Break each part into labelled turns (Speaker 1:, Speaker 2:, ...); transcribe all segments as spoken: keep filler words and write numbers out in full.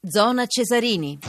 Speaker 1: Zona Cesarini.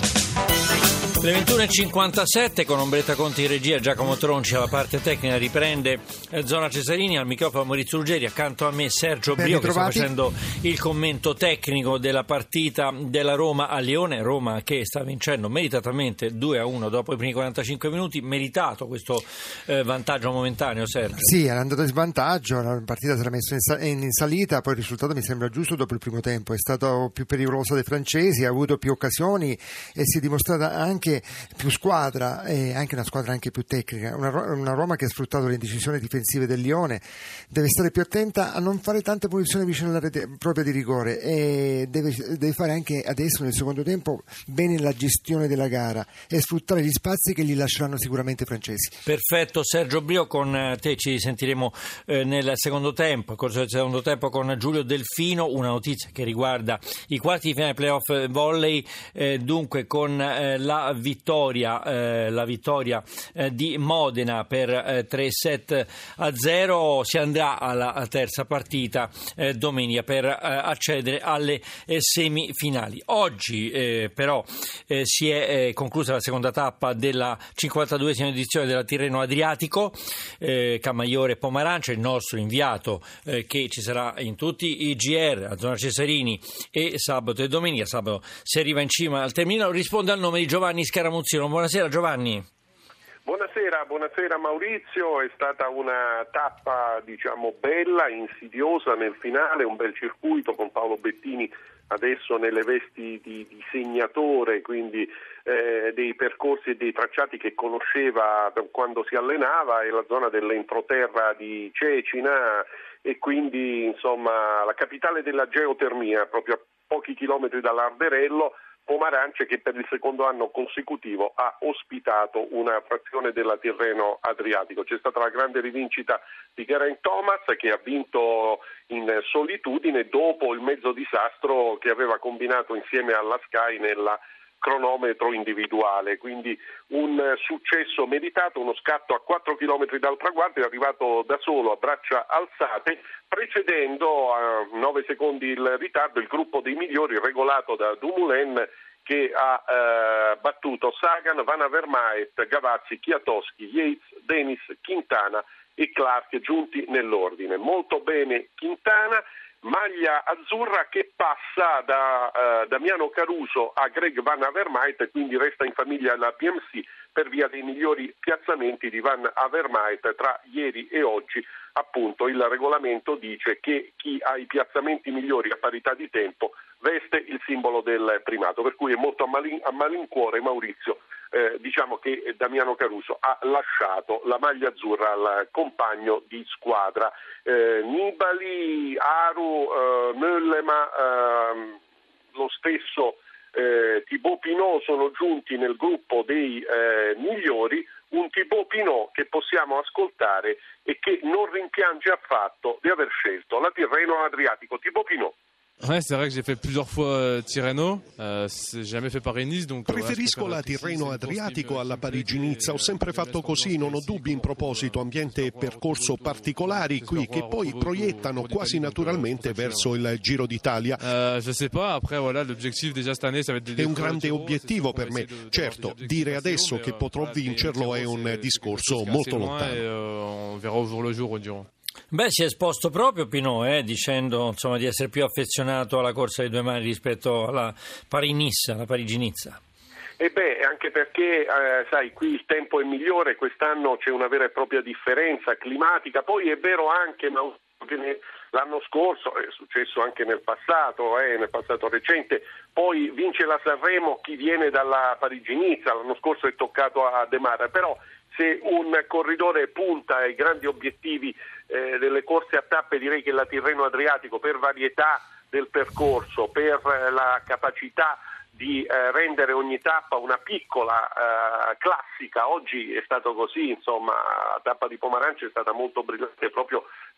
Speaker 2: Le ventuno e cinquantasette con Ombretta Conti in regia, Giacomo Tronci alla parte tecnica, riprende eh, Zona Cesarini, al microfono Maurizio Ruggeri, accanto a me Sergio
Speaker 3: Ben
Speaker 2: Brio che sta
Speaker 3: ritrovati.
Speaker 2: facendo il commento tecnico della partita della Roma a Lione. Roma che sta vincendo meritatamente due a uno dopo i primi quarantacinque minuti, meritato questo eh, vantaggio momentaneo, Sergio?
Speaker 3: Sì, era andato in svantaggio, la partita si era messa in, sa- in salita, poi il risultato mi sembra giusto dopo il primo tempo, è stato più pericoloso dei francesi, ha avuto più occasioni e si è dimostrata anche più squadra e anche una squadra anche più tecnica. Una, una Roma che ha sfruttato le indecisioni difensive del Lione, deve stare più attenta a non fare tante punizioni vicino alla rete propria di rigore e deve, deve fare anche adesso nel secondo tempo bene la gestione della gara e sfruttare gli spazi che gli lasceranno sicuramente i francesi.
Speaker 2: Perfetto, Sergio Brio, con te ci sentiremo eh, nel secondo tempo, nel corso del secondo tempo con Giulio Delfino. Una notizia che riguarda i quarti di finale playoff volley, eh, dunque con eh, la vittoria eh, la vittoria eh, di Modena per eh, tre set a zero si andrà alla terza partita eh, domenica per eh, accedere alle eh, semifinali. Oggi eh, però eh, si è eh, conclusa la seconda tappa della cinquantaduesima edizione della Tirreno Adriatico. eh, Camaiore Pomarancia, il nostro inviato eh, che ci sarà in tutti i G R a Zona Cesarini e sabato e domenica. Sabato si arriva in cima al termine, risponde al nome di Giovanni Scaramuzzino. Buonasera Giovanni.
Speaker 4: Buonasera, buonasera Maurizio, è stata una tappa diciamo bella, insidiosa nel finale, un bel circuito con Paolo Bettini adesso nelle vesti di, di segnatore, quindi eh, dei percorsi e dei tracciati che conosceva da quando si allenava, e la zona dell'entroterra di Cecina e quindi insomma la capitale della geotermia, proprio a pochi chilometri dall'Arderello. Pomarancia che per il secondo anno consecutivo ha ospitato una frazione della Tirreno Adriatico. C'è stata la grande rivincita di Geraint Thomas che ha vinto in solitudine dopo il mezzo disastro che aveva combinato insieme alla Sky nella cronometro individuale, quindi un successo meritato, uno scatto a quattro chilometri dal traguardo, è arrivato da solo a braccia alzate, precedendo a nove secondi il ritardo il gruppo dei migliori regolato da Dumoulin che ha eh, battuto Sagan, Van Avermaet, Gavazzi, Kwiatkowski, Yates, Dennis, Quintana e Clark giunti nell'ordine. Molto bene Quintana, maglia azzurra che passa da uh, Damiano Caruso a Greg Van Avermaet, quindi resta in famiglia la P M C per via dei migliori piazzamenti di Van Avermaet tra ieri e oggi. Appunto il regolamento dice che chi ha i piazzamenti migliori a parità di tempo veste il simbolo del primato, per cui è molto a, malin- a malincuore Maurizio. Eh, diciamo che Damiano Caruso ha lasciato la maglia azzurra al compagno di squadra. Eh, Nibali, Aru, eh, Möllema, eh, lo stesso eh, Thibaut Pinot sono giunti nel gruppo dei eh, migliori, un Thibaut Pinot che possiamo ascoltare e che non rimpiange affatto di aver scelto la Tirreno Adriatico. Thibaut Pinot.
Speaker 5: Ouais, c'est vrai que j'ai fait plusieurs fois euh, Tirreno, euh, j'ai jamais fait Paris-Nice, donc
Speaker 6: preferisco la Tirreno Adriatico alla Parigi-Nizza, ho sempre fatto così, non ho dubbi in proposito, ambiente e percorso particolari qui che poi proiettano quasi naturalmente verso il Giro d'Italia.
Speaker 5: Euh, je sais pas, après voilà, l'objectif déjà cette année ça va être
Speaker 6: È un grande obiettivo per me, certo, dire adesso che potrò vincerlo è un discorso molto lontano.
Speaker 5: On verrà au jour le jour, on dirà.
Speaker 2: Beh, si è esposto proprio Pinot, eh, dicendo insomma di essere più affezionato alla corsa dei due mari rispetto alla Paris-Nice, alla Parigi-Nizza.
Speaker 4: E beh, anche perché, eh, sai, qui il tempo è migliore, quest'anno c'è una vera e propria differenza climatica, poi è vero anche ma, che l'anno scorso, è successo anche nel passato, eh, nel passato recente, poi vince la Sanremo chi viene dalla Parigi-Nizza, l'anno scorso è toccato a De Mara, però se un corridore punta ai grandi obiettivi eh, delle corse a tappe, direi che la Tirreno Adriatico, per varietà del percorso, per eh, la capacità di eh, rendere ogni tappa una piccola eh, classica, oggi è stato così, insomma la tappa di Pomarancia è stata molto brillante proprio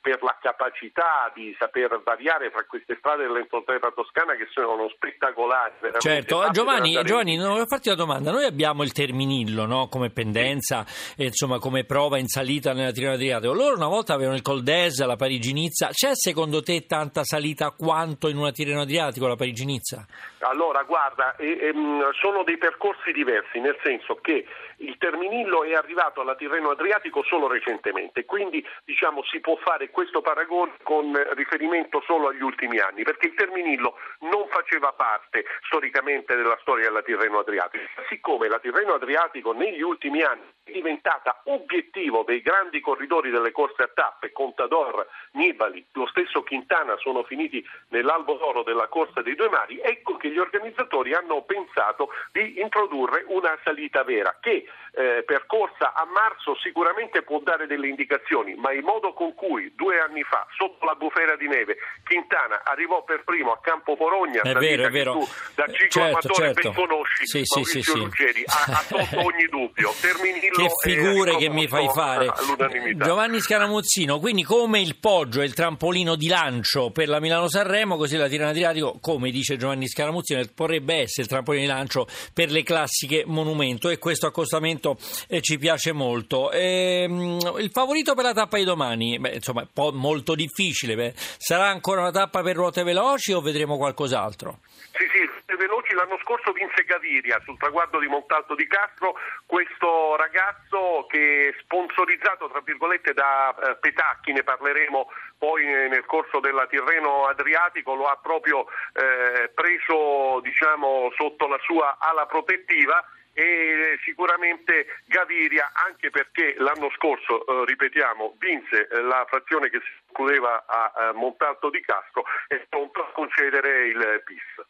Speaker 4: per la capacità di saper variare fra queste strade dell'entroterra toscana che sono spettacolari.
Speaker 2: Certo, Giovanni, Giovanni, voglio farti una domanda. Noi abbiamo il Terminillo, no? Come pendenza, e, insomma, come prova in salita nella Tirreno Adriatico. Loro una volta avevano il Col d'Es, la Parigi-Nizza. C'è secondo te tanta salita quanto in una Tirreno Adriatico la Parigi-Nizza?
Speaker 4: Allora, guarda, eh, ehm, sono dei percorsi diversi, nel senso che il Terminillo è arrivato alla Tirreno Adriatico solo recentemente, quindi diciamo si può fare questo paragone con riferimento solo agli ultimi anni, perché il Terminillo non faceva parte storicamente della storia della Tirreno Adriatico. Siccome la Tirreno Adriatico negli ultimi anni è diventata obiettivo dei grandi corridori delle corse a tappe, Contador, Nibali, lo stesso Quintana sono finiti nell'albo d'oro della corsa dei due mari, ecco che gli organizzatori hanno pensato di introdurre una salita vera che eh, percorsa a marzo sicuramente può dare delle indicazioni, ma il modo con cui due anni fa sotto la bufera di neve Quintana arrivò per primo a Campo Porogna,
Speaker 2: è vero, è vero.
Speaker 4: Tu, da ciclo
Speaker 2: certo,
Speaker 4: amatore
Speaker 2: certo.
Speaker 4: ben conosci,
Speaker 2: sì,
Speaker 4: Maurizio
Speaker 2: sì, sì,
Speaker 4: Ruggeri, ha, ha tolto ogni dubbio. Terminillo
Speaker 2: che figure che mi fai fare,
Speaker 4: all'unanimità.
Speaker 2: Giovanni Scaramuzzino. Quindi come il poggio è il trampolino di lancio per la Milano-Sanremo, così la Tirreno Adriatico, come dice Giovanni Scaramuzzino, potrebbe essere il trampolino di lancio per le classiche monumento, e questo accostamento eh, ci piace molto. Ehm, il favorito per la tappa di domani, beh, insomma, un po' molto difficile, beh. Sarà ancora una tappa per ruote veloci o vedremo qualcos'altro?
Speaker 4: Sì, sì, ruote veloci. L'anno scorso vinse Gaviria sul traguardo di Montalto di Castro, questo ragazzo che è sponsorizzato tra virgolette da eh, Petacchi, ne parleremo poi nel corso della Tirreno Adriatico, lo ha proprio eh, preso diciamo sotto la sua ala protettiva, e sicuramente Gaviria, anche perché l'anno scorso, eh, ripetiamo, vinse eh, la frazione che si concludeva a, a Montalto di Castro, è pronto a concedere il bis.